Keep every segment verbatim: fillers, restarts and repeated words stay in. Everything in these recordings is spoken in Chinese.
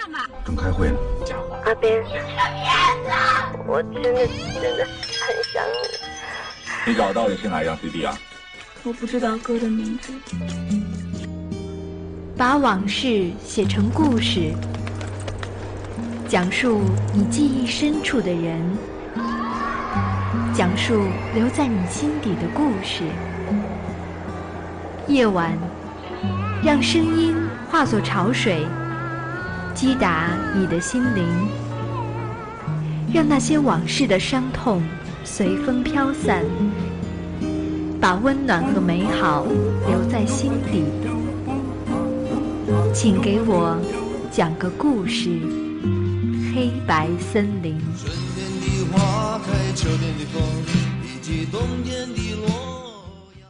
干嘛？ 正开会呢。 阿边，我真的真的很想你。 你找到底是哪一张 C D 啊？ 我不知道歌的名字。 把往事写成故事，讲述你记忆深处的人，讲述留在你心底的故事。夜晚，让声音化作潮水，击打你的心灵，让那些往事的伤痛随风飘散，把温暖和美好留在心底。请给我讲个故事，黑白森林。 春天的花开，秋天的风，以及冬天的洛阳。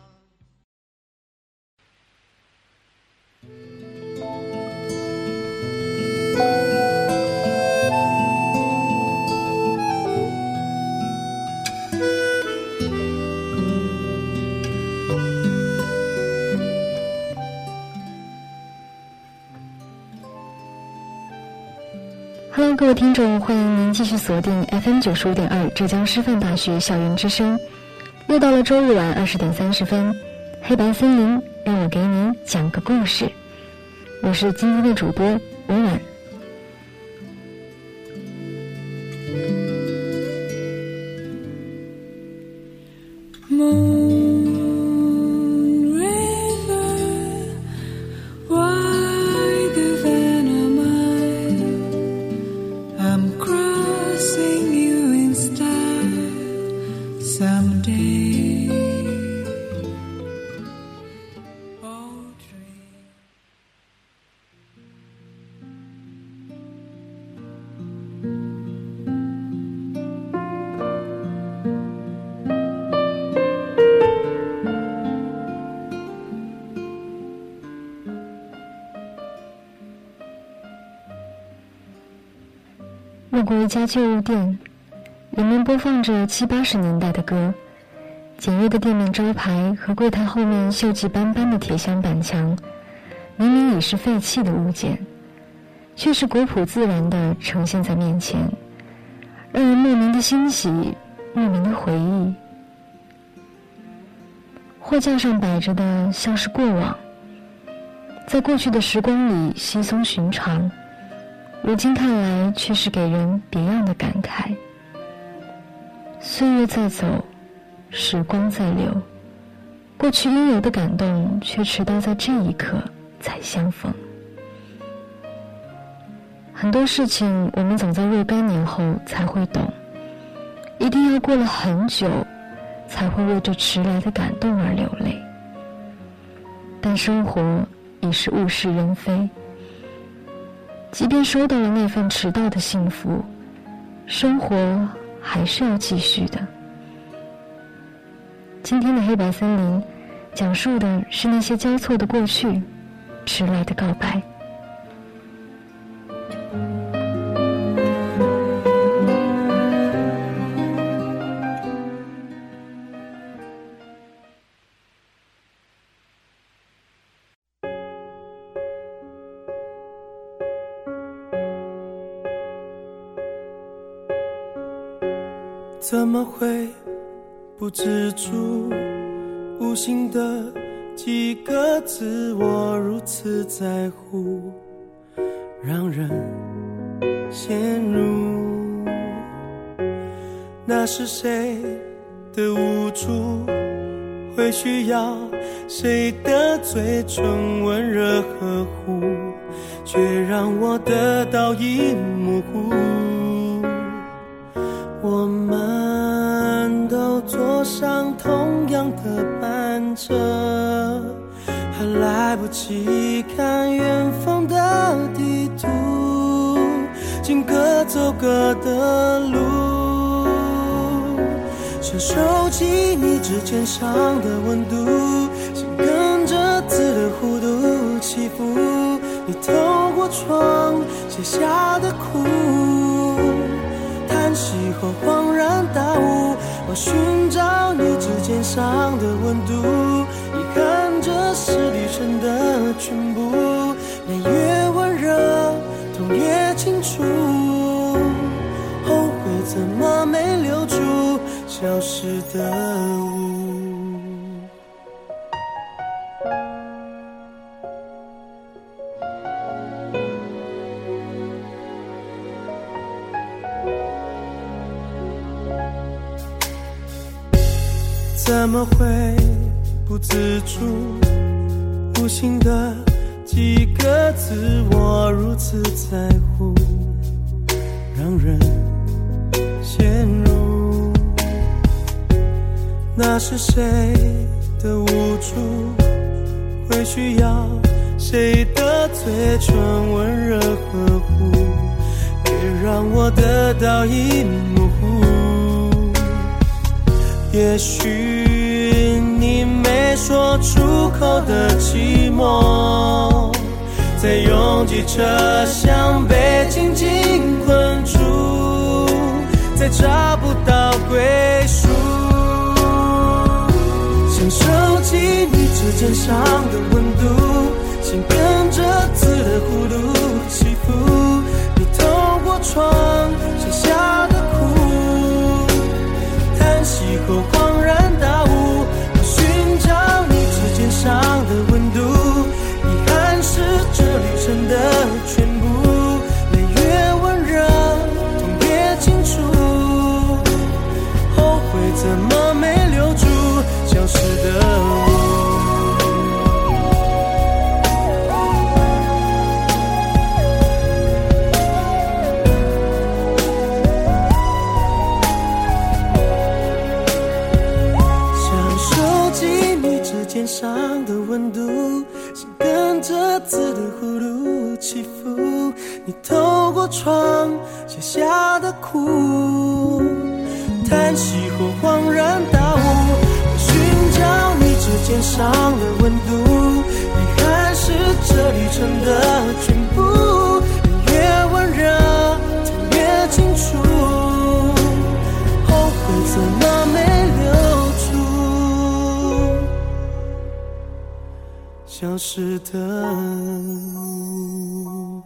Hello， 各位听众，欢迎您继续锁定 F M 九十五点二浙江师范大学校园之声。又到了周日晚二十点三十分，黑白森林，让我给你讲个故事。我是今天的主播温婉。路过一家旧物店，里面播放着七八十年代的歌，简约的店面招牌和柜台后面锈迹斑斑的铁镶板墙，明明已是废弃的物件，却是古朴自然地呈现在面前，让人莫名的欣喜，莫名的回忆。货架上摆着的像是过往，在过去的时光里稀松寻常，如今看来却是给人别样的感慨。岁月在走，时光在流，过去应有的感动却迟到在这一刻才相逢。很多事情我们总在若干年后才会懂，一定要过了很久才会为这迟来的感动而流泪。但生活已是物是人非，即便收到了那份迟到的幸福，生活还是要继续的。今天的黑白森林讲述的是那些交错的过去，迟来的告白。 怎么会不知足，无心的几个字我如此在乎，让人陷入。那是谁的无助，会需要谁的嘴唇温热呵护，却让我得到一模糊。我们都坐上同样的班车，还来不及看远方的地图，竟各走各的路。想收起你指尖上的温度，心跟着字的弧度起伏，你透过窗写下的苦，叹息后恍然大悟，我寻找你指尖上的温度，遗憾这是旅程的全部，年越温热痛越消失的雾。怎么会不自主，无心的几个字我如此在乎，让人陷入。那是谁的无助，会需要谁的嘴唇温热呵护，别让我得到一模糊。也许你没说出口的寂寞，在拥挤车厢被紧紧困住，再找不到归属。想收集你指尖上的温度，心跟着字的弧度起伏。你透过窗写下的苦，叹息后恍然大悟，我寻找你指尖上的温度，遗憾是这旅程的全部。泪越温热，痛越清楚，后悔怎么没留住消失的我。肩上的温度，心跟着字的弧度起伏。你透过窗写下的苦，叹息后恍然大悟，我寻找你指尖上的温度，遗憾是这旅程的全部。越温热，痛越清楚，后悔怎么没留住消失的雾。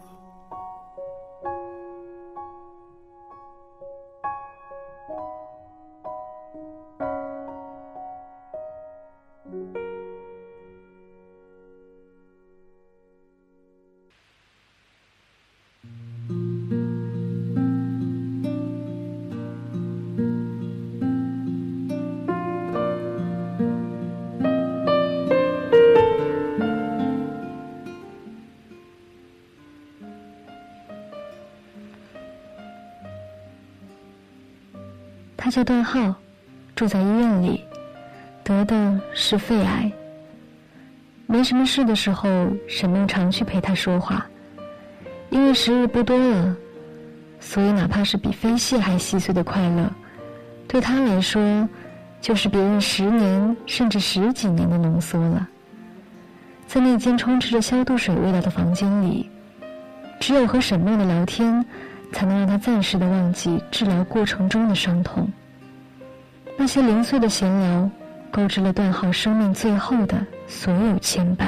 他叫段浩，住在医院里，得的是肺癌。没什么事的时候，沈梦常去陪他说话，因为时日不多了，所以哪怕是比飞蟹还细碎的快乐，对他来说就是别人十年甚至十几年的浓缩了。在那间充斥着消毒水味道的房间里，只有和沈梦的聊天才能让他暂时的忘记治疗过程中的伤痛。那些零碎的闲聊勾织了段浩生命最后的所有牵绊。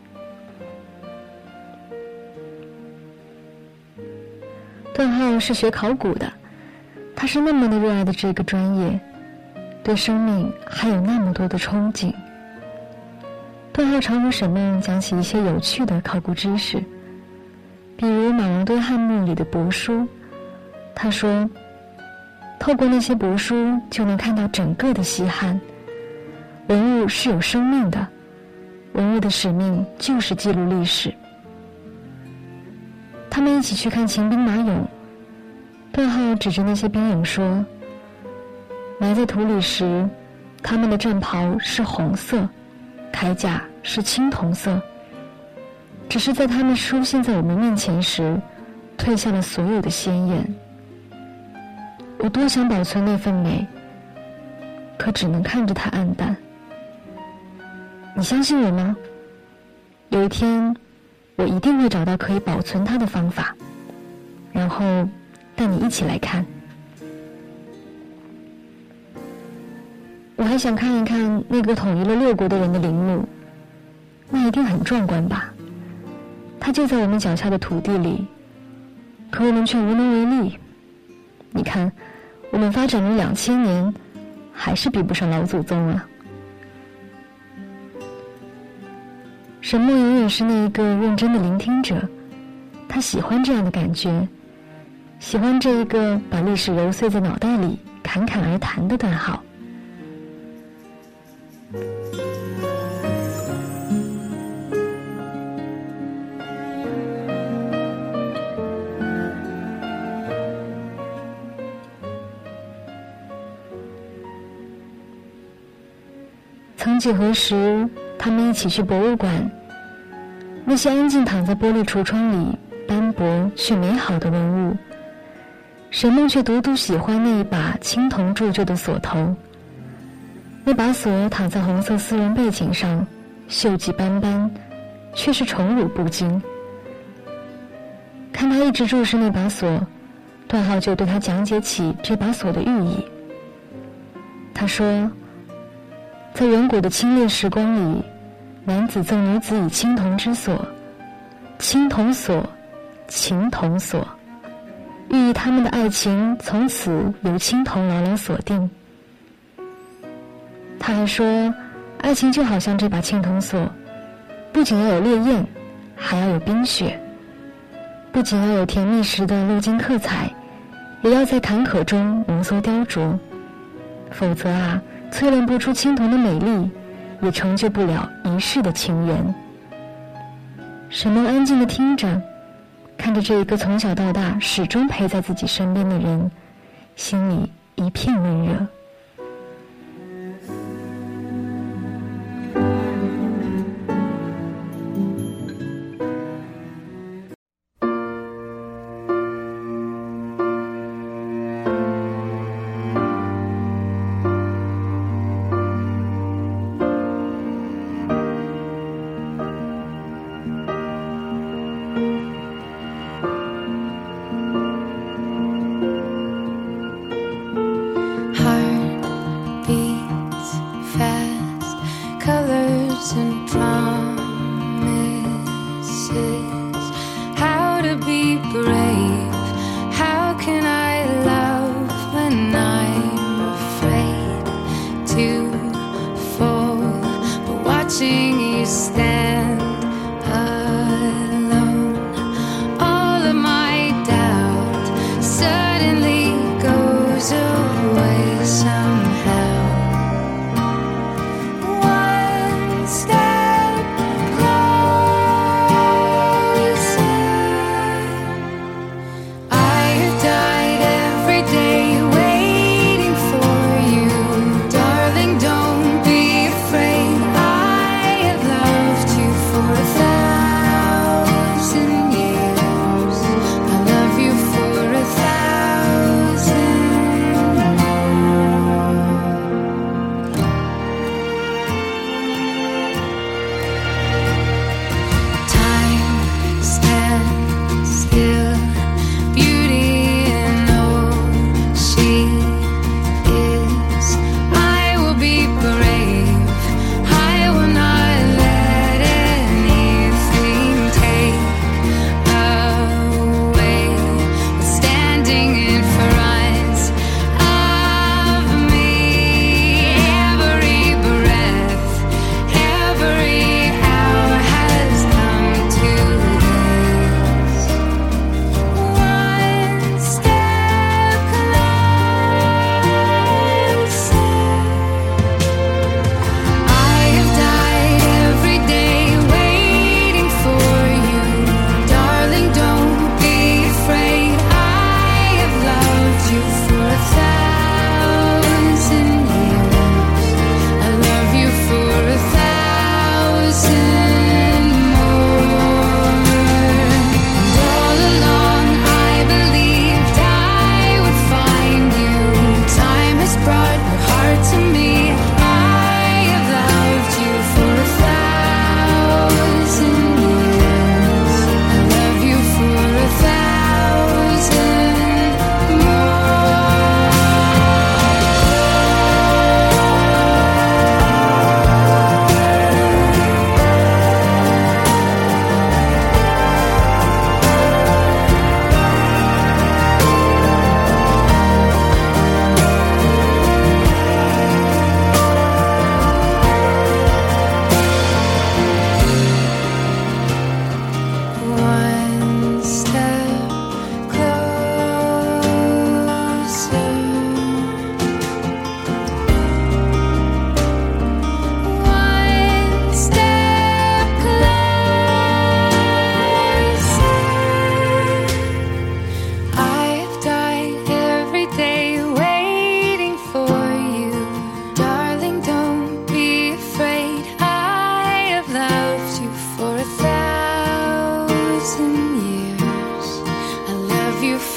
段浩是学考古的，他是那么的热爱的这个专业，对生命还有那么多的憧憬。段浩常和沈梦讲起一些有趣的考古知识，比如马王堆汉墓里的帛书。他说透过那些帛书就能看到整个的西汉，文物是有生命的，文物的使命就是记录历史。他们一起去看秦兵马俑，段浩指着那些兵俑说，埋在土里时，他们的战袍是红色，铠甲是青铜色，只是在他们出现在我们面前时，褪下了所有的鲜艳。我多想保存那份美，可只能看着它暗淡。你相信我吗？有一天我一定会找到可以保存它的方法，然后带你一起来看。我还想看一看那个统一了六国的人的陵墓，那一定很壮观吧。它就在我们脚下的土地里，可我们却无能为力。你看，我们发展了两千年， 还是比不上老祖宗啊。沈墨永远是那一个认真的聆听者，他喜欢这样的感觉，喜欢这一个把历史揉碎在脑袋里侃侃而谈的段号。曾几何时，他们一起去博物馆，那些安静躺在玻璃橱窗里斑驳却美好的文物，沈梦却独独喜欢那一把青铜铸就的锁头。那把锁躺在红色丝绒背景上，锈迹斑斑，却是宠辱不惊。看他一直注视那把锁，段浩就对他讲解起这把锁的寓意。他说，在远古的清冽时光里，男子赠女子以青铜之锁，青铜锁，情铜锁，寓意他们的爱情从此由青铜牢牢锁定。他还说，爱情就好像这把青铜锁，不仅要有烈焰，还要有冰雪，不仅要有甜蜜时的镂金刻彩，也要在坎坷中浓缩雕琢，否则啊，淬炼不出青铜的美丽，也成就不了一世的情缘。沈梦安静地听着，看着这一个从小到大始终陪在自己身边的人，心里一片温热。 and promises, how to be brave, how can I love when I'm afraid to fall, but watching you stand alone,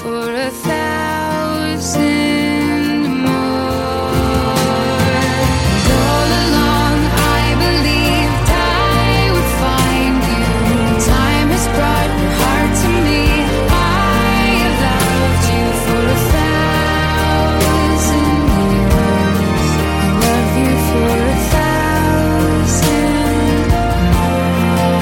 for a thousand more. And all along I believed I would find you. Time has brought your heart to me. I have loved you for a thousand years. I love you for a thousand more.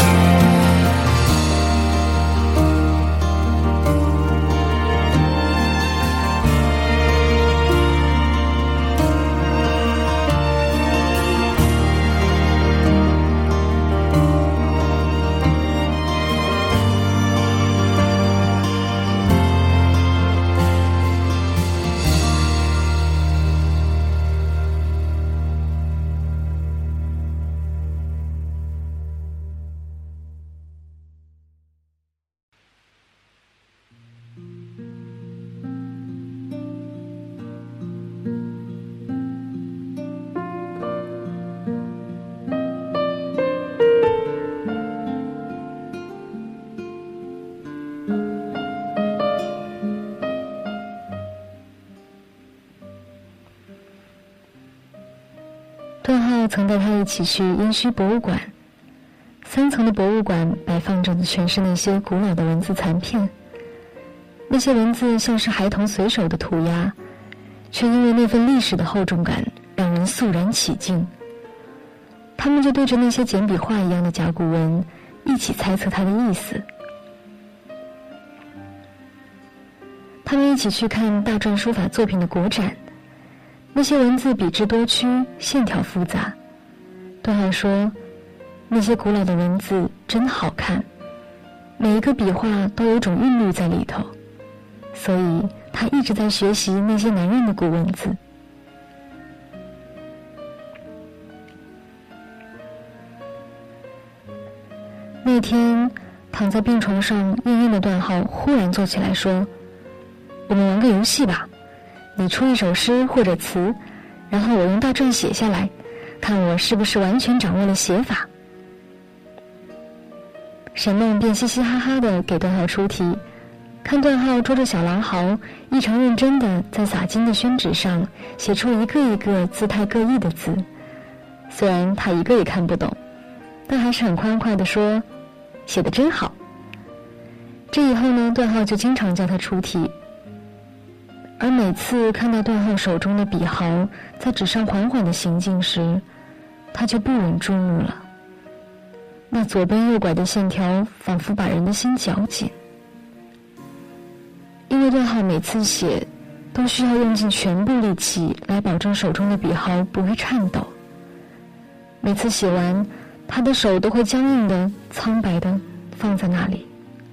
段浩曾带他一起去殷墟博物馆，三层的博物馆摆放着的全是那些古老的文字残片，那些文字像是孩童随手的涂鸦，却因为那份历史的厚重感让人肃然起敬。他们就对着那些简笔画一样的甲骨文一起猜测它的意思。他们一起去看大篆书法作品的国展，那些文字笔致多曲，线条复杂。段浩说，那些古老的文字真好看，每一个笔画都有种韵律在里头，所以他一直在学习那些男人的古文字。那天躺在病床上恹恹的段浩忽然坐起来说，我们玩个游戏吧，你出一首诗或者词，然后我用大篆写下来，看我是不是完全掌握了写法。沈梦便嘻嘻哈哈地给段浩出题，看段浩捉着小狼毫，异常认真地在洒金的宣纸上写出一个一个姿态各异的字，虽然他一个也看不懂，但还是很欢快地说，写得真好。这以后呢，段浩就经常叫他出题，而每次看到段浩手中的笔毫在纸上缓缓地行进时，他就不忍注目了。那左奔右拐的线条仿佛把人的心绞紧，因为段浩每次写都需要用尽全部力气来保证手中的笔毫不会颤抖。每次写完，他的手都会僵硬的、苍白的放在那里。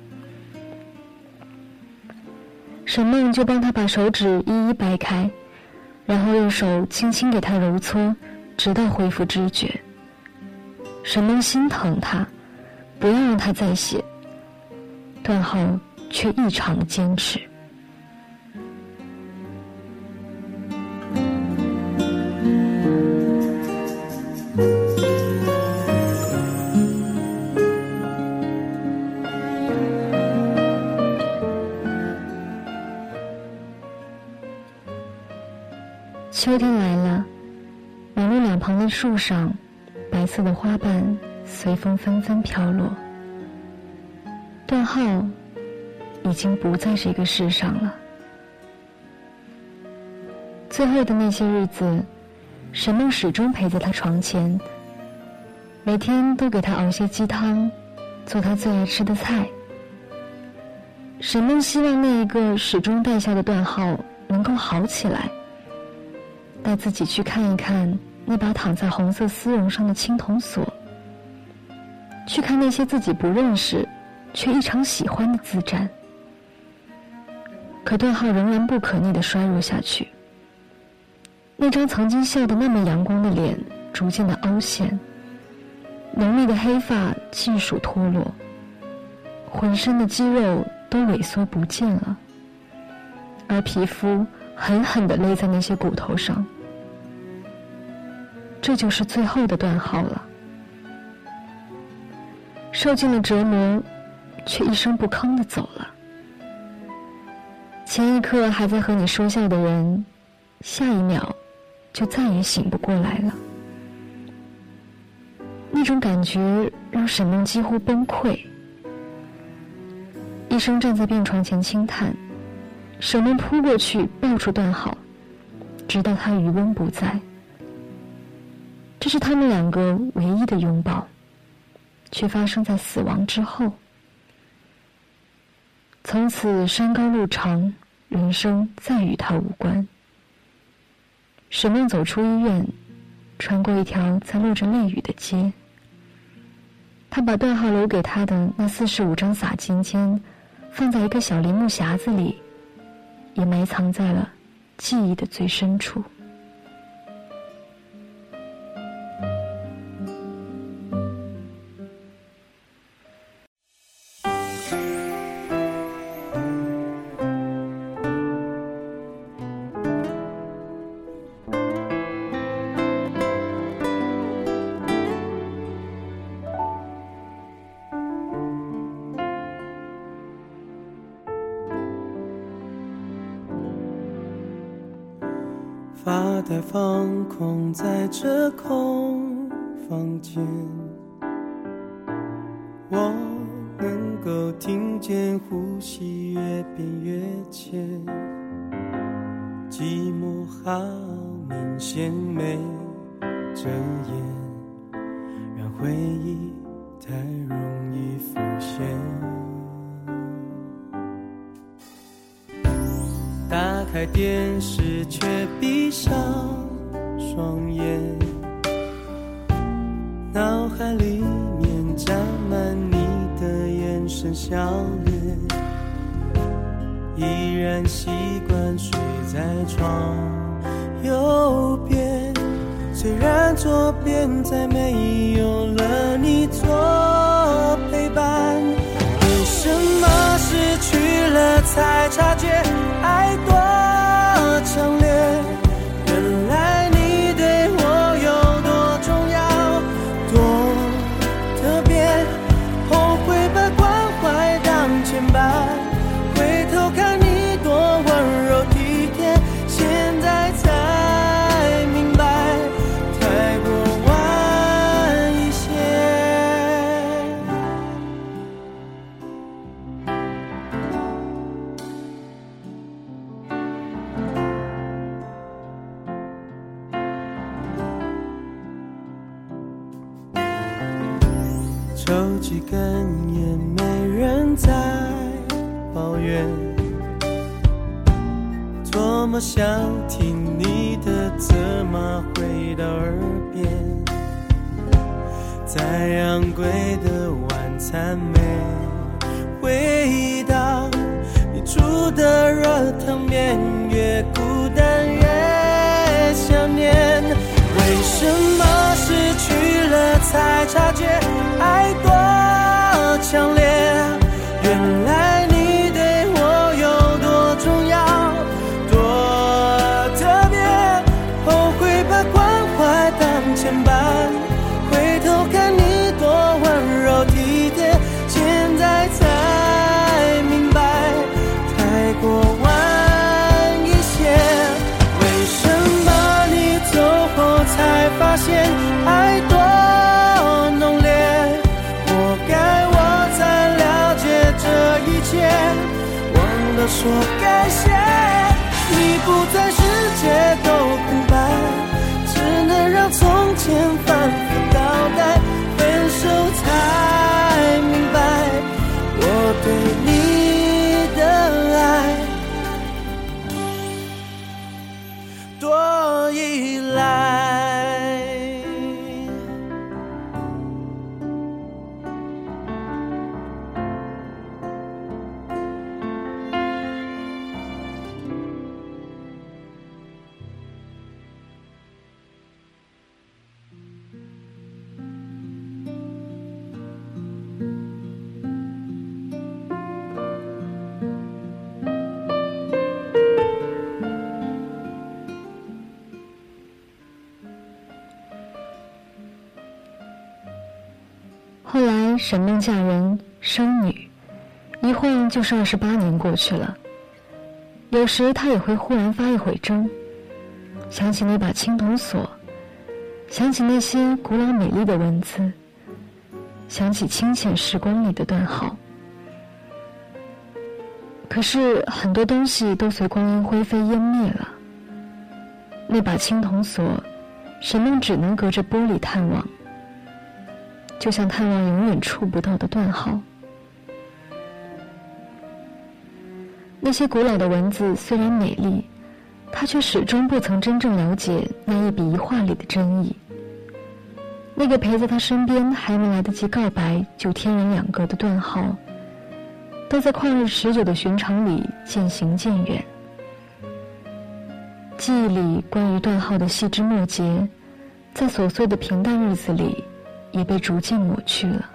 沈梦就帮他把手指一一掰开，然后用手轻轻给他揉搓，直到恢复知觉。沈梦心疼他，不要让他再写，段浩却异常的坚持。秋天来了，马路两旁的树上，白色的花瓣随风纷纷飘落。段浩已经不在这个世上了。最后的那些日子，沈梦始终陪在他床前，每天都给他熬些鸡汤，做他最爱吃的菜。沈梦希望那一个始终带笑的段浩能够好起来，带自己去看一看那把躺在红色丝绒上的青铜锁，去看那些自己不认识却异常喜欢的字展。可段浩仍然不可逆地衰弱下去，那张曾经笑得那么阳光的脸逐渐的凹陷，浓密的黑发尽数脱落，浑身的肌肉都萎缩不见了，而皮肤狠狠地勒在那些骨头上。这就是最后的段浩了，受尽了折磨，却一声不吭地走了。 前一刻还在和你说笑的人，下一秒就再也醒不过来了。那种感觉让沈梦几乎崩溃。医生站在病床前轻叹，沈梦扑过去抱住段浩，直到他余温不在。这是他们两个唯一的拥抱，却发生在死亡之后。从此山高路长，人生再与他无关。沈梦走出医院，穿过一条在落着泪雨的街。他把段浩留给他的那四十五张洒金笺放在一个小梨木匣子里，也埋藏在了记忆的最深处。 发呆放空在这空房间，我能够听见呼吸越变越浅，寂寞好明显，没遮掩，让回忆太容易浮现。打开电视却闭上双眼，脑海里面沾满你的眼神笑脸，依然习惯睡在床右边，虽然左边再没有了你做陪伴。为什么失去了才察觉爱多强烈，原来你对我有多重要多特别，后悔把关怀当牵绊，回头看你多温柔体贴，现在才明白太过晚一些。抽几根烟，没人在抱怨，多么想听你的责骂回到耳边，再昂贵的晚餐没味道，你煮的热汤面越孤单越想念。为什么失去了才察觉爱多强烈，原来你对我有多重要多特别，后悔把关怀当牵绊，回头看你多温柔体贴，现在才明白太过晚一些。为什么你走后才发现爱多浓烈，活该我才了解这一切，忘了说感谢。你不在，世界都空白，只能让从前反复倒带，分手才明白我对你的爱多依赖。 后来沈梦嫁人生女，一晃就是二十八年过去了。 有时他也会忽然发一会怔，想起那把青铜锁，想起那些古老美丽的文字，想起清浅时光里的段号。可是很多东西都随光阴灰飞烟灭了。那把青铜锁，人们只能隔着玻璃探望，就像探望永远触不到的段号。那些古老的文字虽然美丽，他却始终不曾真正了解那一笔一画里的真意。那个陪在他身边还没来得及告白就天人两隔的段号，都在旷日持久的寻常里渐行渐远。记忆里关于段号的细枝末节，在琐碎的平淡日子里也被逐渐抹去了。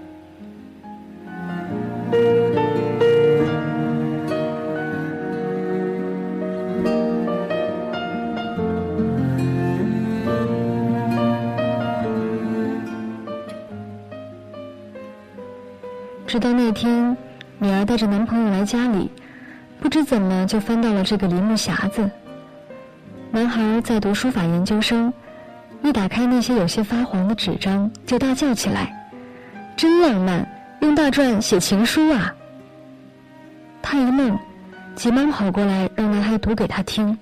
直到那天，女儿带着男朋友来家里，不知怎么就翻到了这个梨木匣子。男孩在读书法研究生，一打开那些有些发黄的纸张，就大叫起来：“真浪漫，用大篆写情书啊！”他一愣，急忙跑过来让男孩读给他听。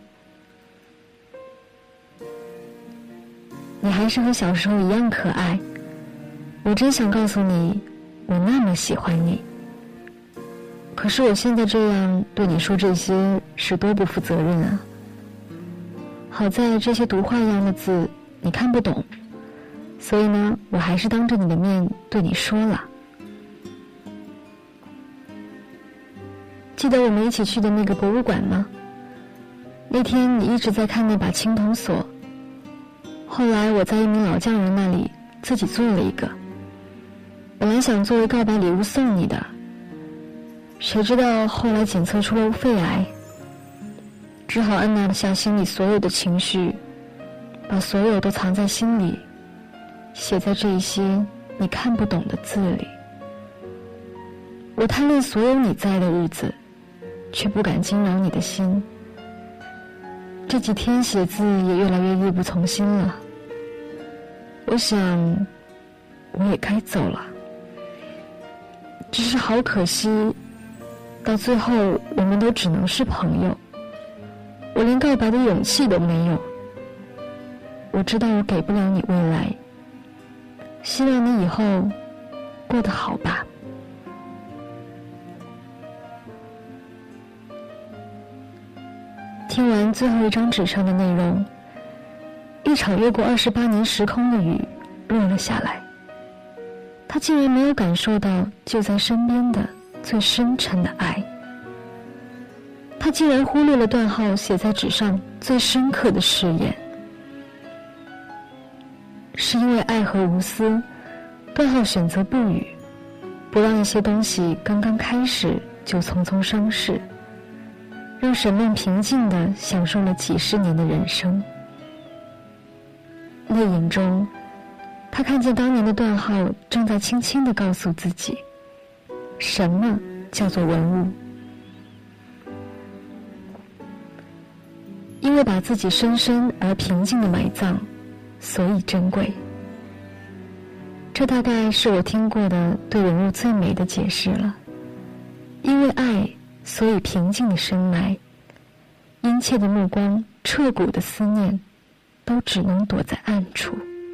你还是和小时候一样可爱，我真想告诉你，我那么喜欢你。可是我现在这样对你说这些，是多不负责任啊！好在这些读画一样的字你看不懂，所以呢，我还是当着你的面对你说了。记得我们一起去的那个博物馆吗？那天你一直在看那把青铜锁，后来我在一名老匠人那里自己做了一个，本来想作为告白礼物送你的，谁知道后来检测出了肺癌，只好按捺下心里所有的情绪，把所有都藏在心里，写在这一些你看不懂的字里。我贪恋所有你在的日子，却不敢惊扰你的心。这几天写字也越来越力不从心了，我想我也该走了。只是好可惜，到最后我们都只能是朋友，我连告白的勇气都没有。我知道我给不了你未来，希望你以后过得好吧。听完最后一张纸上的内容，一场越过二十八年时空的雨落了下来。他竟然没有感受到就在身边的最深沉的爱，他竟然忽略了段号写在纸上最深刻的誓言。是因为爱和无私，段号选择不语，不让一些东西刚刚开始就匆匆伤逝，让沈梦平静地享受了几十年的人生。泪影中，他看见当年的段号正在轻轻地告诉自己，什么叫做文物。因为把自己深深而平静地埋葬，所以珍贵。这大概是我听过的对文物最美的解释了。因为爱，所以平静的深埋，殷切的目光，彻骨的思念，都只能躲在暗处。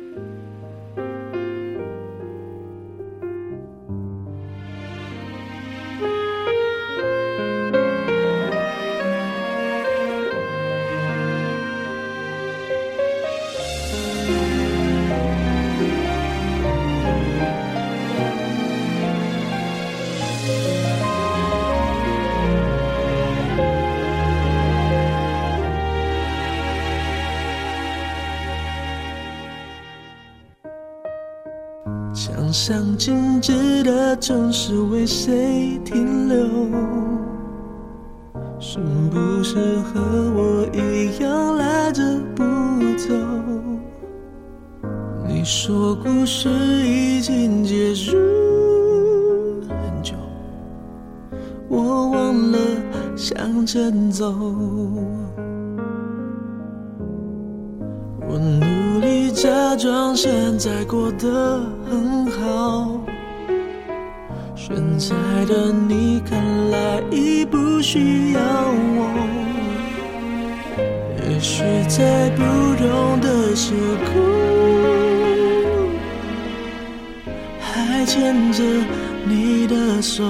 墙上静止的总是为谁停留？是不是和我一样赖着不走？你说故事已经结束很久， 我忘了向前走。我努力假装现在过得很好，现在的你看来已不需要我，也许在不同的时空还牵着你的手。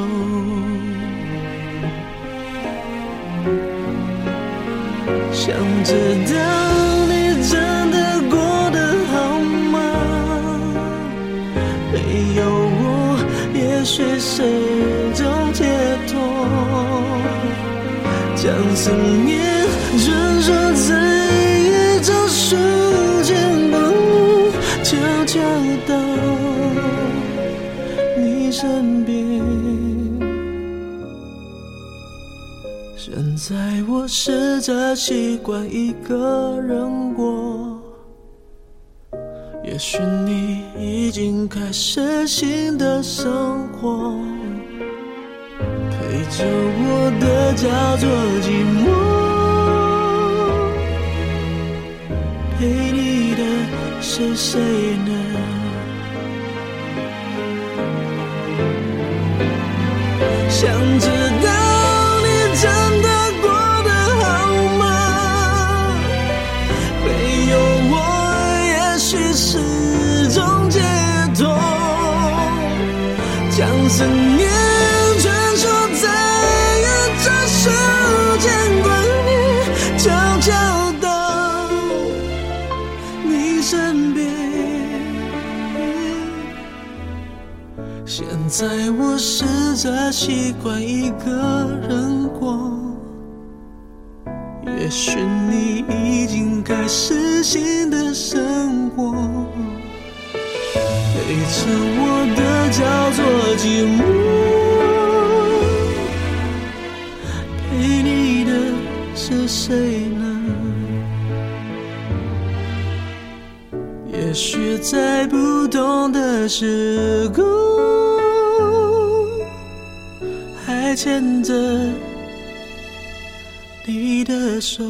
想知道你真的过得好吗？没有我也许是种解脱，将思念传说在宇宙数千光年，悄悄到你身边。现在我试着习惯一个人过，也许你已经开始新的生活，陪着我的叫做寂寞，陪你的是谁呢？想知道你真的过得好吗？没有我也许是种解脱，将思念传说在宇宙数千光年，悄悄到你身边。现在我试着习惯一个人过，也许你已经开始新的生活，陪着我的叫做寂寞，陪你的是谁呢？也许在不同的时空还牵着你的手。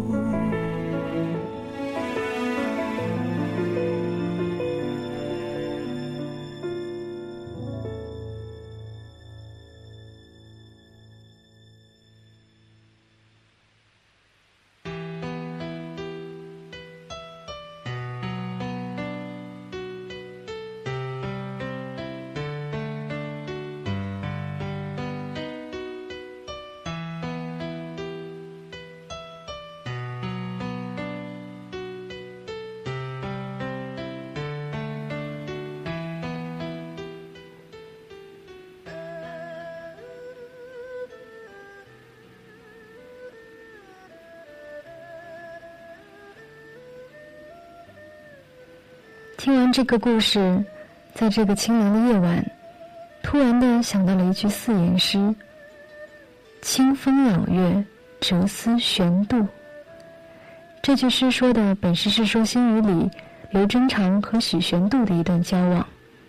听完这个故事，在这个清凉的夜晚，突然地想到了一句四言诗：清风朗月，折丝悬渡。这句诗说的本是《世说新语》里刘贞常和许玄度的一段交往，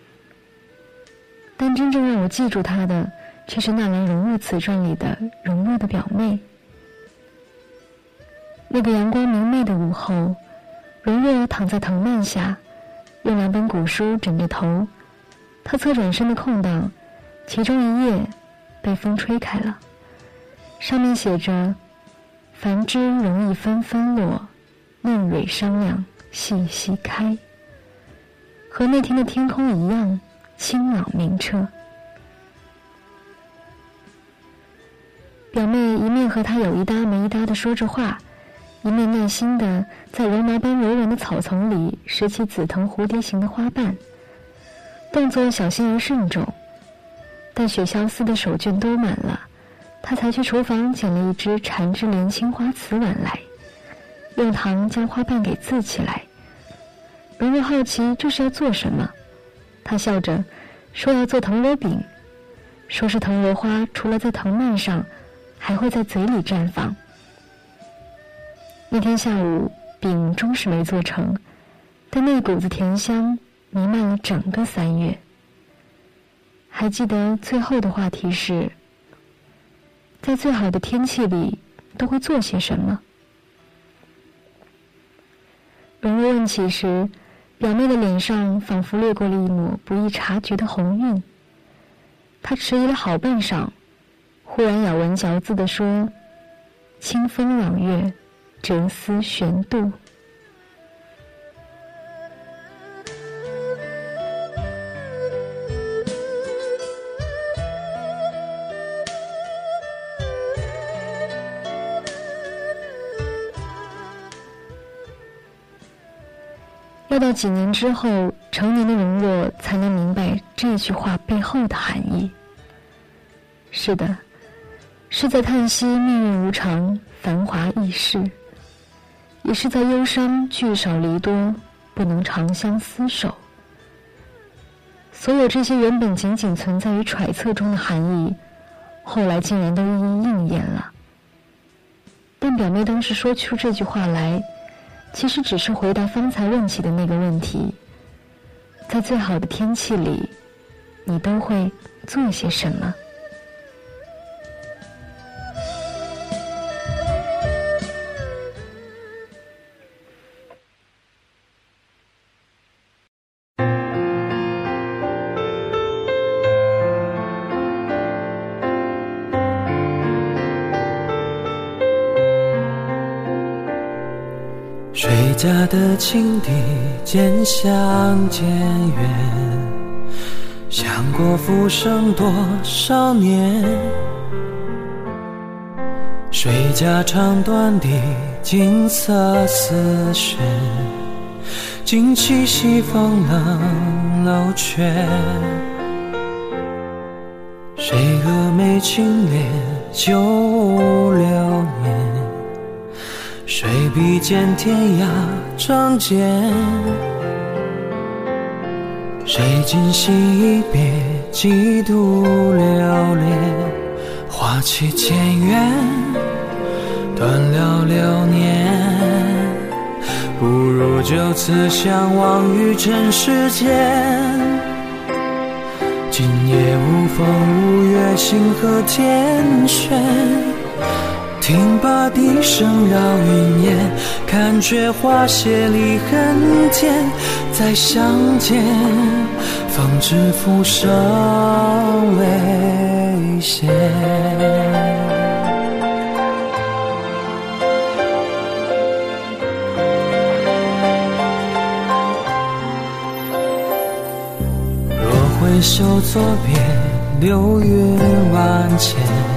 但真正让我记住它的，却是纳兰容若词传里的容若的表妹。那个阳光明媚的午后，容若躺在藤蔓下，用两本古书枕着头，她侧转身的空档，其中一页被风吹开了，上面写着：繁枝容易纷纷落，嫩蕊商量细细开。和那天的天空一样清朗明澈。表妹一面和她有一搭没一搭地说着话，一面耐心地在绒毛般柔软的草丛里拾起紫藤蝴蝶形的花瓣，动作小心而慎重。待雪萧丝的手绢兜满了，她才去厨房捡了一只缠枝莲青花瓷碗来，用糖将花瓣给渍起来。容若好奇这是要做什么，她笑着说要做藤萝饼，说是藤萝花除了在藤蔓上，还会在嘴里绽放。那天下午饼终是没做成，但那股子甜香弥漫了整个三月。还记得最后的话题是： 在最好的天气里都会做些什么？容若问起时，表妹的脸上仿佛掠过了一抹不易察觉的红晕。她迟疑了好半晌，忽然咬文嚼字地说：“清风朗月，折丝悬渡。”要到几年之后，成年的容若才能明白这句话背后的含义。是的，是在叹息命运无常，繁华易逝，也是在忧伤聚少离多，不能长相厮守。所有这些原本仅仅存在于揣测中的含义，后来竟然都一一应验了。但表妹当时说出这句话来，其实只是回答方才问起的那个问题：在最好的天气里，你都会做些什么？ 谁家的青笛渐响渐远，想过浮生多少年。谁家唱断的金色丝弦，惊起西风冷楼阙。谁蛾眉轻敛旧流年，谁比肩天涯仗剑？谁今夕一别几度流连？花期渐远，断了流年。不如就此相忘于尘世间。今夜无风无月，星河天悬。听罢笛声绕云烟，看却花谢离恨天。再相见，方知浮生未歇。若回首作别，流云万千，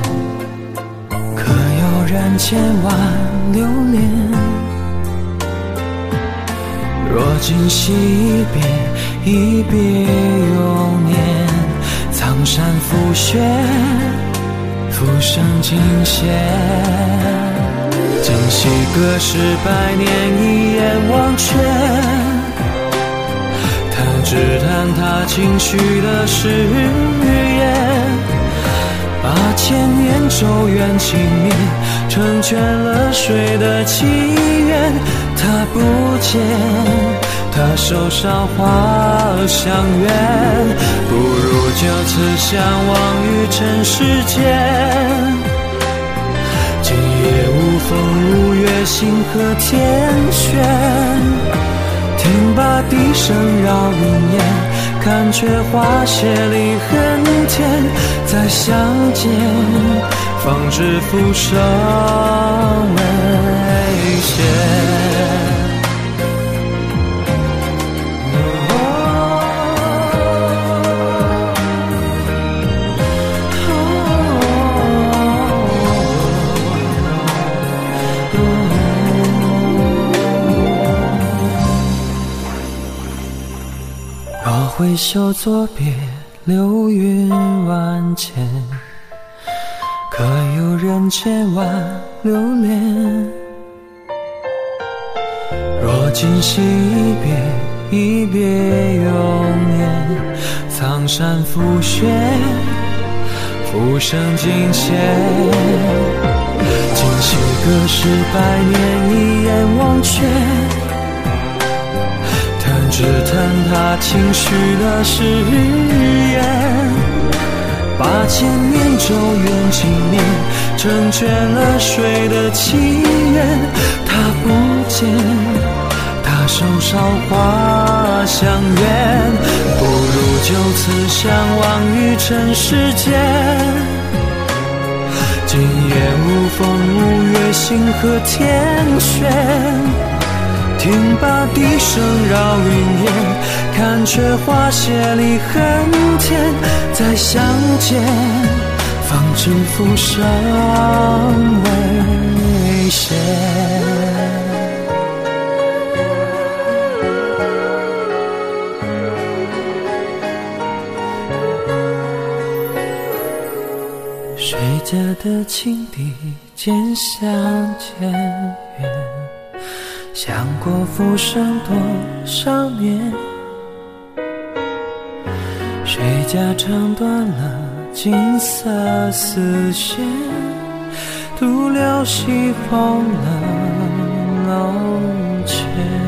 人千万流连。若今夕一别，一别永年。苍山覆雪，浮生尽现。今夕隔世百年，一眼忘却。他只叹他轻许的誓言，把千年咒怨轻灭，成全了谁的祈愿。他不见，他手上花相约，不如就此相忘于尘世间。今夜无风无月，星河天悬。听罢笛声绕云烟，看却花谢离恨天。再相见，方知浮生未歇。若回首作别，流云万千，可有人千万留恋？若今夕一别，一别永年。苍山覆雪，浮生尽现。今夕隔世百年，一眼忘却。只叹他轻许的誓言，把千年咒怨轻灭， 成全了谁的祈愿？他不见，他手梢花香远，不如就此相忘于尘世间。今夜无风无月，星河天悬，听罢笛声绕云烟，看却花谢离恨天。再相见，方知浮生危险。谁家的青笛渐相渐远，想过浮生多少年。谁家唱断了金色丝线，独留西风冷楼前。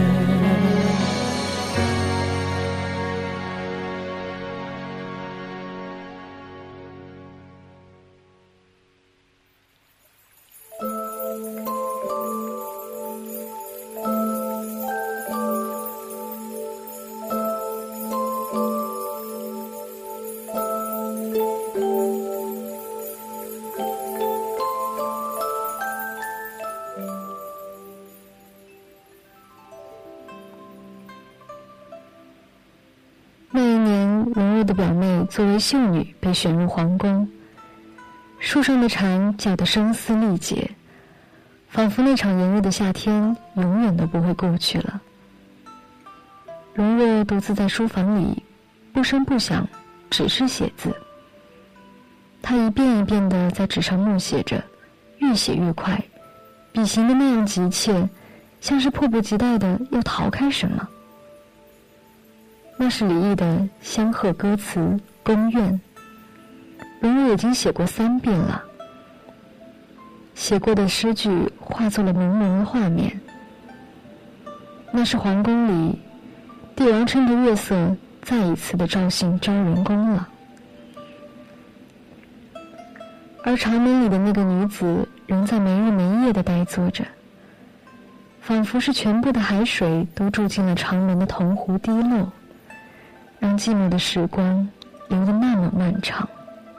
那一年，荣若的表妹作为秀女被选入皇宫，树上的蝉叫得声嘶力竭，仿佛那场炎热的夏天永远都不会过去了。荣若独自在书房里不声不响，只是写字。她一遍一遍地在纸上默写着，越写越快，笔行的那样急切，像是迫不及待地要逃开什么。那是李益的香鹤歌词《宫苑》，荣若已经写过三遍了。写过的诗句化作了朦胧的画面。那是皇宫里，帝王趁着月色再一次的照进昭仁宫了。而长门里的那个女子仍在没日没夜地呆坐着，仿佛是全部的海水都注进了长门的铜壶滴漏，让寂寞的时光流得那么漫长。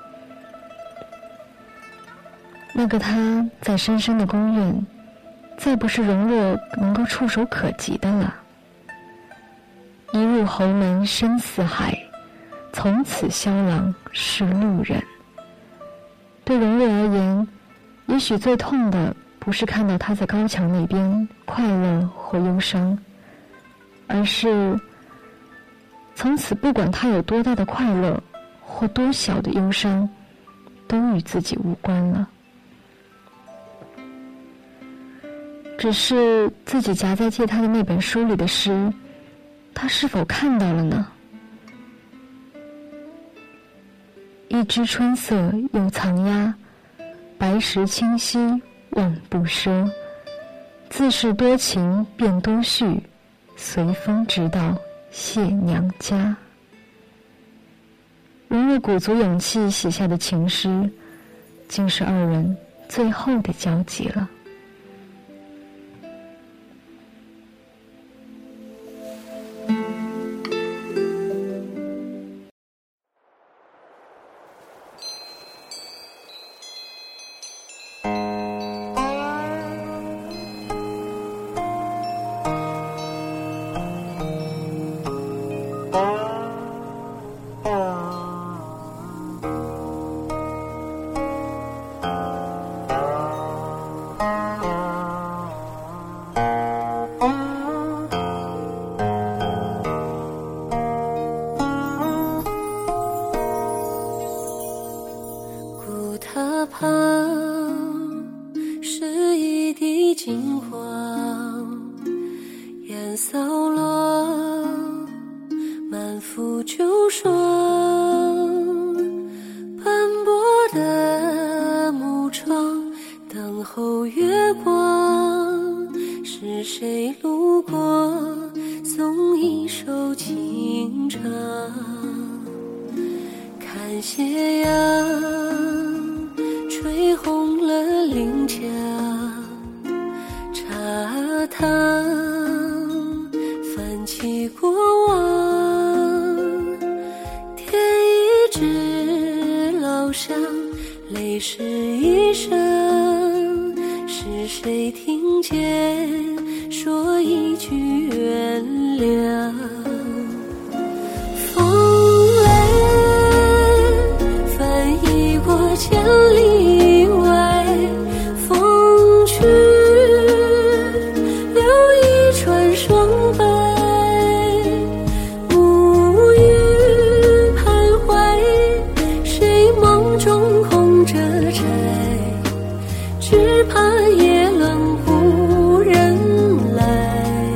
那个他在深深的宫苑，再不是荣若能够触手可及的了。一入侯门深似海，从此萧郎是路人。对荣若而言，也许最痛的不是看到他在高墙那边快乐或忧伤，而是从此不管他有多大的快乐或多小的忧伤，都与自己无关了。只是自己夹在借他的那本书里的诗，他是否看到了呢？一枝春色又藏鸦，白石清溪望不奢。自是多情便多绪，随风直到谢娘家。荣若鼓足勇气写下的情诗，竟是二人最后的交集了。 看斜阳吹红了林墙，茶汤泛起过往，添一支老香，泪湿衣裳，是谁听见说一句原谅？风来翻译过千里外，风去留一船双白，暮雨徘徊，谁梦中空着摘，只怕夜冷无人来。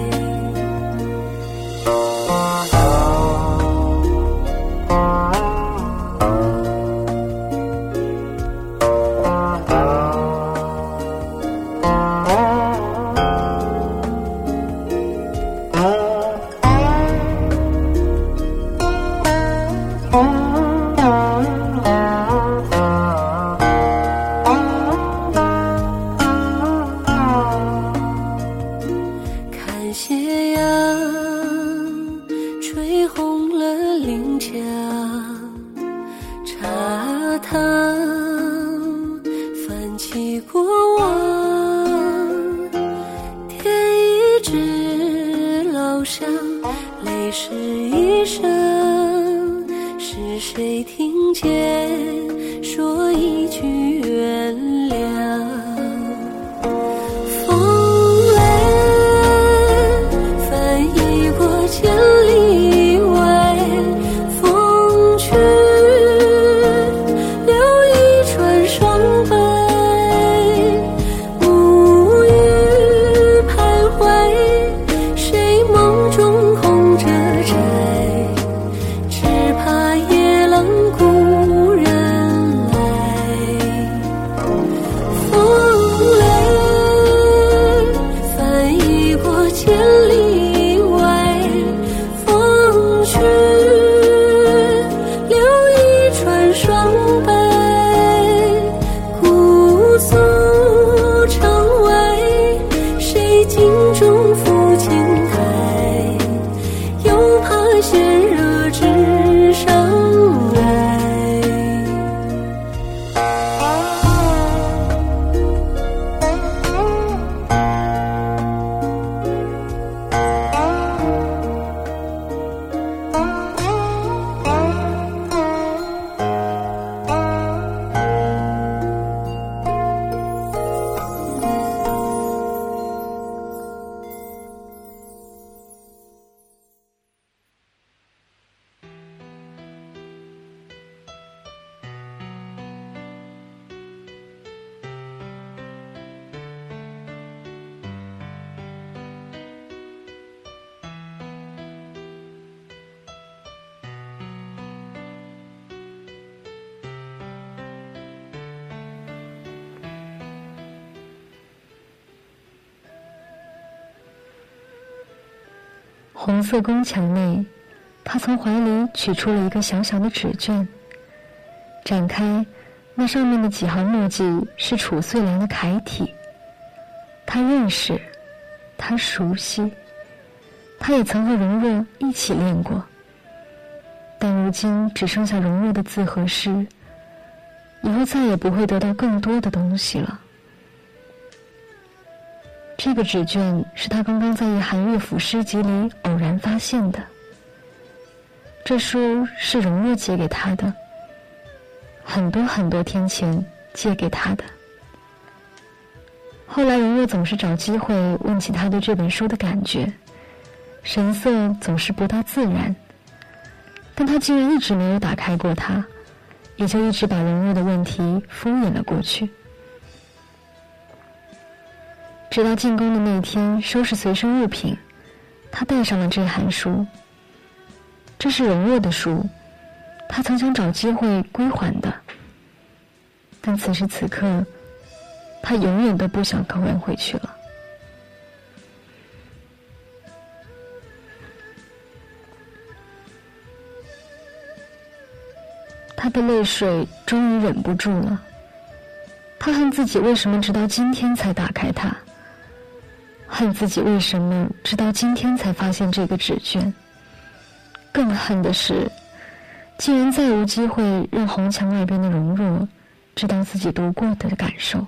看斜阳吹红了林墙，茶汤泛起过往，添一支老香，泪湿衣裳，是谁听见说一句原谅？千里外，风去留一船双白，暮雨徘徊，谁梦中空着摘，只怕夜冷故人来。风来翻译过千里外，去留一船双白，姑苏城外，谁镜中抚琴台，又怕先热纸上来。 红色宫墙内，他从怀里取出了一个小小的纸卷，展开，那上面的几行墨迹是褚遂良的楷体。他认识，他熟悉，他也曾和容若一起练过，但如今只剩下容若的字和诗，以后再也不会得到更多的东西了。这个纸卷是他刚刚在一韩乐府诗集里偶然发现的。这书是容若借给他的，很多很多天前借给他的。后来容若总是找机会问起他对这本书的感觉，神色总是不大自然，但他竟然一直没有打开过它，也就一直把容若的问题敷衍了过去。直到进宫的那天收拾随身物品，他带上了这函书。这是容若的书，他曾想找机会归还的，但此时此刻他永远都不想还回去了。他的泪水终于忍不住了， 他恨自己为什么直到今天才打开它，恨自己为什么直到今天才发现这个纸卷，更恨的是竟然再无机会让红墙外边的容若知道自己读过的感受。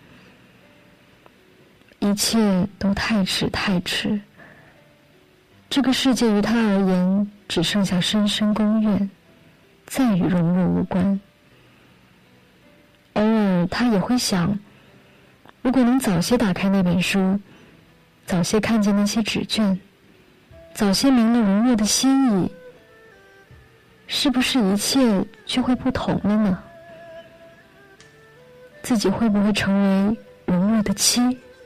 一切都太迟太迟，这个世界于他而言只剩下深深宫院，再与容若无关。偶尔他也会想，如果能早些打开那本书，早些看见那些纸卷，早些明了容若的心意，是不是一切就会不同了呢？自己会不会成为容若的妻？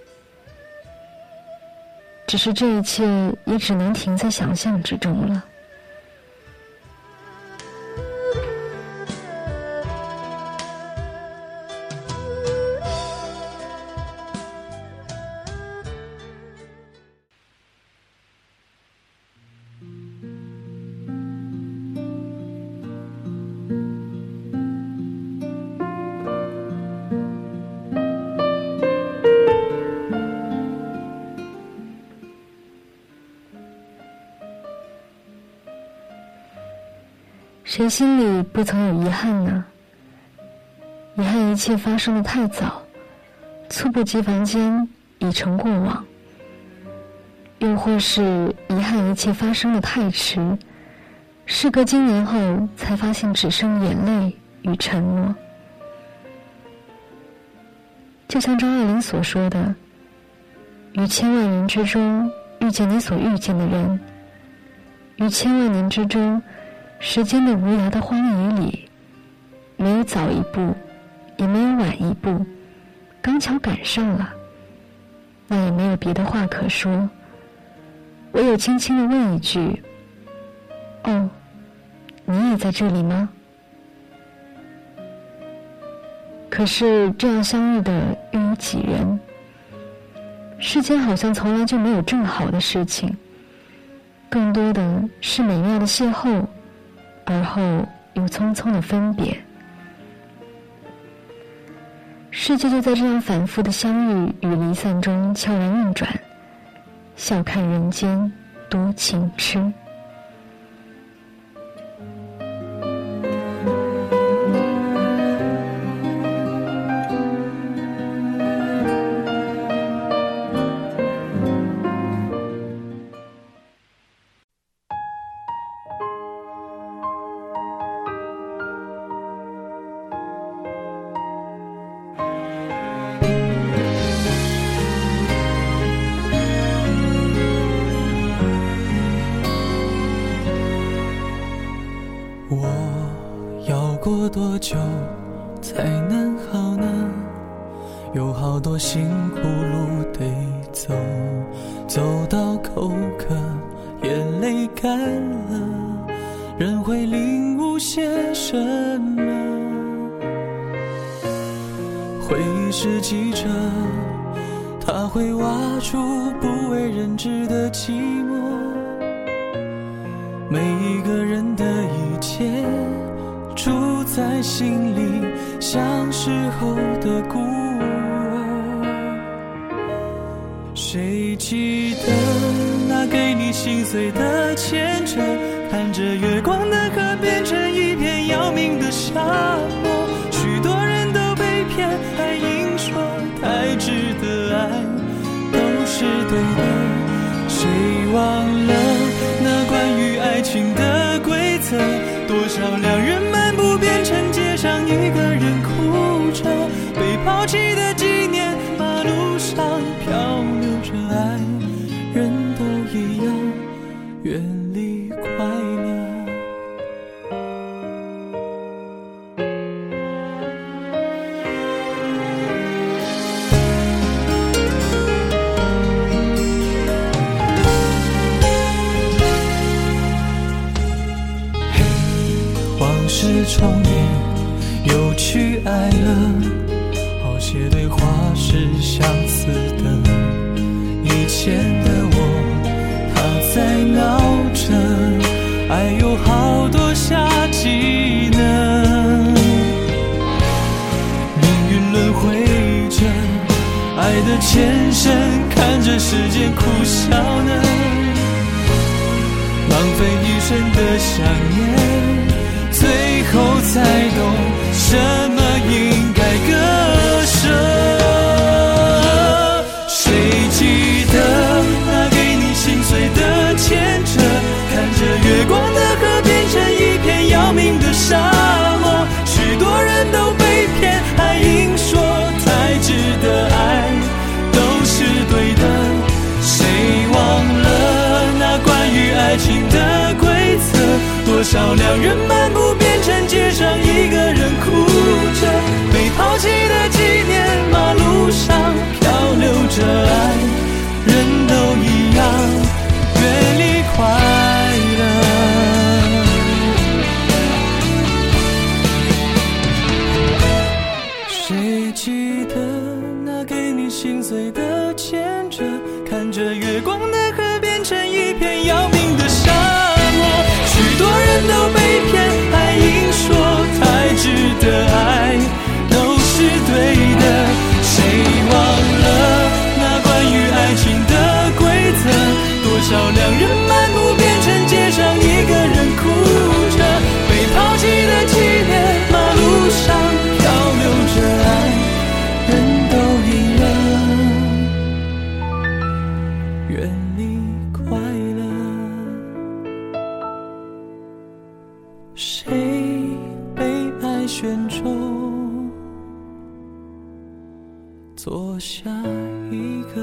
只是这一切也只能停在想象之中了。谁心里不曾有遗憾呢？遗憾一切发生得太早，猝不及防间已成过往，又或是遗憾一切发生得太迟，事隔经年后才发现只剩眼泪与沉默。就像张爱玲所说的，于千万人之中遇见你所遇见的人，于千万年之中时间的无涯的荒野里，没有早一步，也没有晚一步，刚巧赶上了，那也没有别的话可说，唯有轻轻地问一句：哦，你也在这里吗？可是这样相遇的又有几人？世间好像从来就没有正好的事情，更多的是美妙的邂逅，而后又匆匆的分别。世界就在这样反复的相遇与离散中悄然运转，笑看人间多情痴。 我要过多久才能好呢？有好多辛苦路得走，走到口渴，眼泪干了，人会领悟些什么？回忆是记者，它会挖出不为人知的寂寞。每一个人的一切住在心里，像时候的孤儿。谁记得那给你心碎的牵扯，看着月光的河变成一片要命的沙漠。许多人都被骗，还硬说太值得爱都是对的。谁忘了那关于爱情的规则？多少两人漫步变成街上一个人哭着，被抛弃的纪念，马路上漂流着爱，人都一样远离快乐。是重演，又去爱了，好些对话是相似的。以前的我，他在闹着，爱有好多下集呢。命运轮回爱的前身，看着时间苦笑呢，浪费一生的想念，最后才懂什么应该割舍。谁记得那给你心碎的牵扯，看着月光的河变成一片要命的沙漠，许多人都被骗，还硬说才值得爱都是对的。谁忘了那关于爱情的规则，多少两人漫步变成街上一个人哭着，被抛弃的纪念，马路上漂流着爱，人都一样远离快乐。谁记得那给你心碎的牵着，看着月光的河变成一片要命的沙漠，许多人都被骗，还硬说才值得爱都是对的。谁忘了那关于爱情的规则，多少两人漫步变成街上一个人哭着，被抛弃的纪念，马路上漂流着爱，人都一样远离快乐。谁被爱选中做下一个？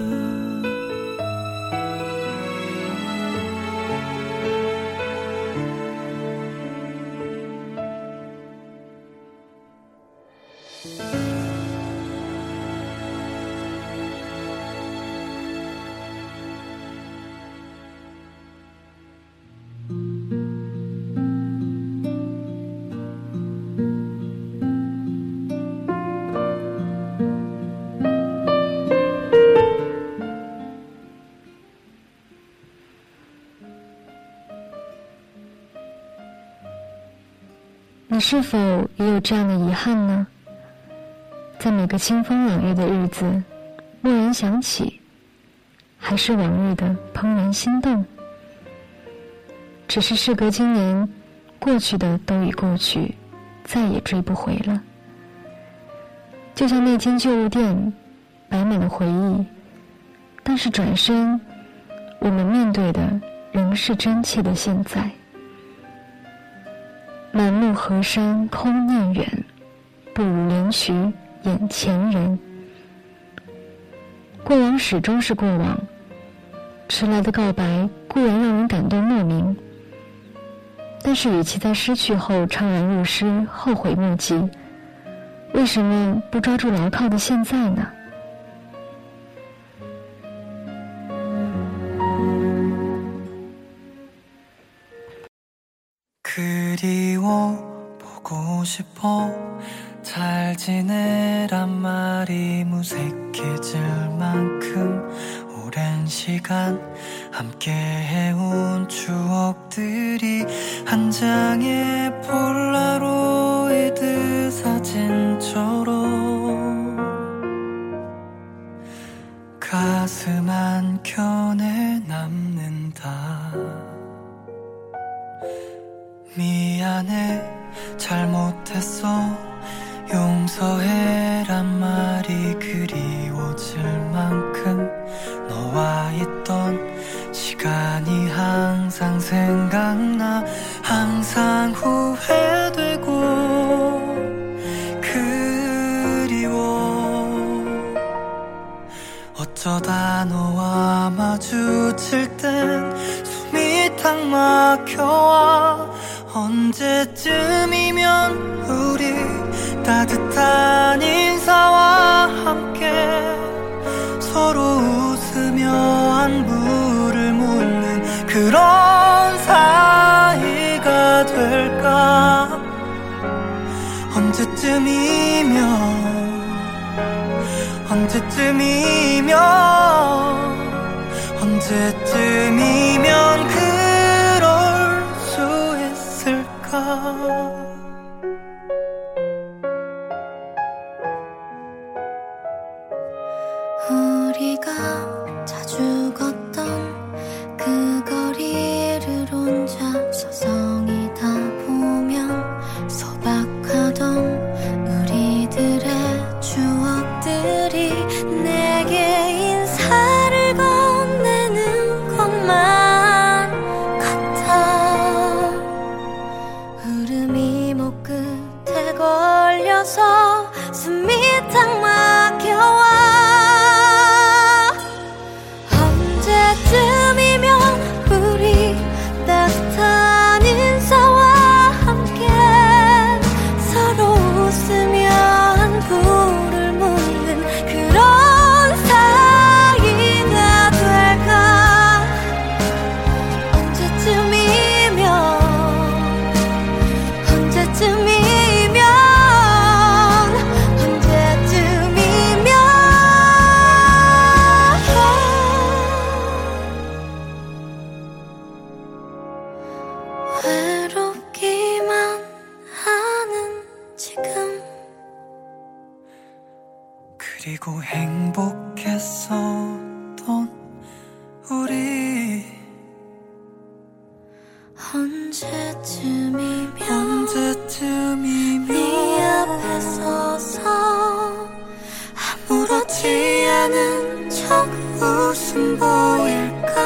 你是否也有这样的遗憾呢？在每个清风朗月的日子，蓦然想起，还是往日的怦然心动。只是事隔今年，过去的都已过去，再也追不回了。就像那间旧物店，摆满了回忆，但是转身，我们面对的仍是真切的现在。满目河山空念远，不如怜许眼前人。过往始终是过往，迟来的告白固然让人感动莫名，但是与其在失去后怅然若失，后悔莫及，为什么不抓住牢靠的现在呢？ 가슴 한켠에 남는다. 미안해 잘못했어 용서해란 말이 그리워질 만큼 너와 있던 시간이 항상 생각나 항상 후회되고 그리워 어쩌다 너와 마주칠 땐 숨이 탁 막혀와 언제쯤이면 우리 따뜻한 인사와 함께 서로 웃으며 안부를 묻는 그런 사이가 될까 언제쯤이면 언제쯤이면 언제쯤이면 그럴 수 있을까 음 우리가 자주 걷던 그 거리를 혼자 서성이다 보면 소박하던 우리들의 추억들이 내게 인사를 건네는 것만 같아. 흐름이 목 끝에 걸려서 숨이 탁 막혀와. 언제쯤이면 우리 따뜻한 인사와 함께 서로 웃으며 불을 묻는 그런 사이가 될까. 언제쯤이면 언제쯤이면 언제쯤이면 외롭기만 하는 지금. 그리고 행복했었던 우리 언제쯤이면 언제쯤이면 네 앞에 서서 아무렇지 않은 척 웃음 보일까.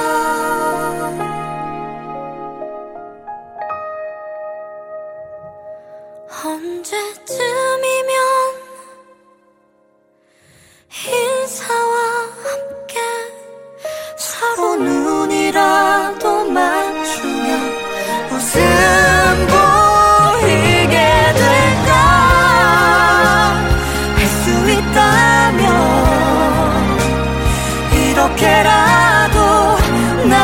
언제쯤이면 인사와 함께 서로 눈이라도 맞추면 웃음 보이게 될까. 할 수 있다면 이렇게라도 나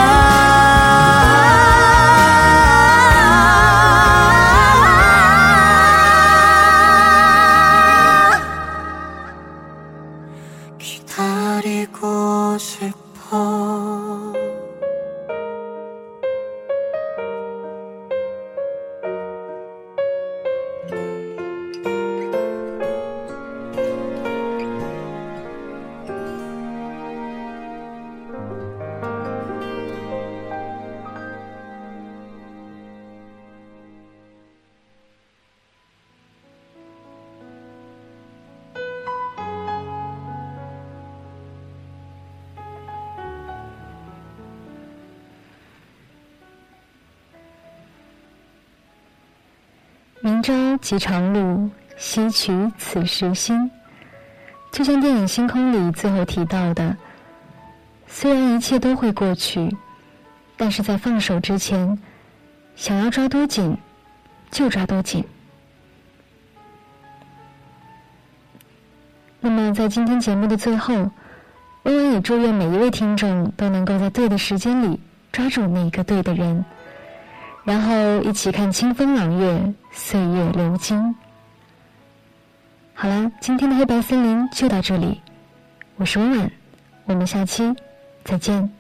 기다리고 싶어. 明朝即长路，西取此时心。就像电影《星空》里最后提到的，虽然一切都会过去，但是在放手之前，想要抓多紧就抓多紧。那么在今天节目的最后，温婉也祝愿每一位听众都能够在对的时间里抓住那个对的人，然后一起看清风朗月，岁月流金。好了，今天的黑白森林就到这里，我是温婉，我们下期再见。